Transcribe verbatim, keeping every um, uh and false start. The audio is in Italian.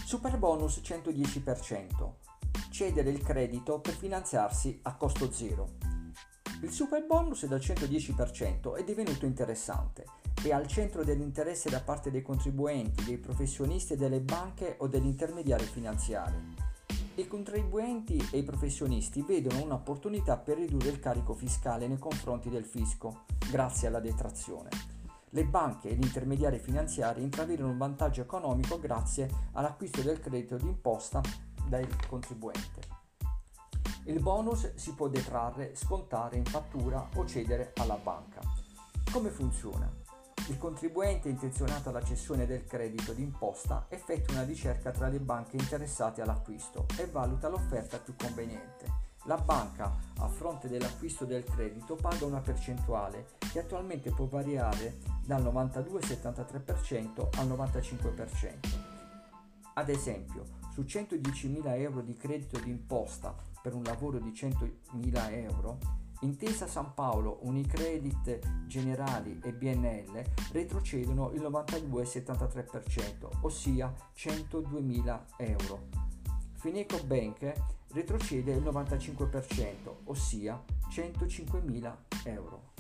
Superbonus centodieci per cento. Cedere il credito per finanziarsi a costo zero. Il superbonus del centodieci per cento è divenuto interessante. È al centro dell'interesse da parte dei contribuenti, dei professionisti e delle banche o degli intermediari finanziari. I contribuenti e i professionisti vedono un'opportunità per ridurre il carico fiscale nei confronti del fisco, grazie alla detrazione. Le banche e gli intermediari finanziari intravedono un vantaggio economico grazie all'acquisto del credito d'imposta dal contribuente. Il bonus si può detrarre, scontare in fattura o cedere alla banca. Come funziona? Il contribuente intenzionato alla cessione del credito d'imposta effettua una ricerca tra le banche interessate all'acquisto e valuta l'offerta più conveniente. La banca, a fronte dell'acquisto del credito, paga una percentuale che attualmente può variare dal novantadue virgola settantatré per cento al novantacinque per cento. Ad esempio, su centodiecimila euro di credito d'imposta per un lavoro di centomila euro, Intesa Sanpaolo, Unicredit Generali e B N L retrocedono il novantadue virgola settantatré per cento, ossia centoduemila euro. Fineco Bank retrocede il novantacinque per cento, ossia centocinquemila euro.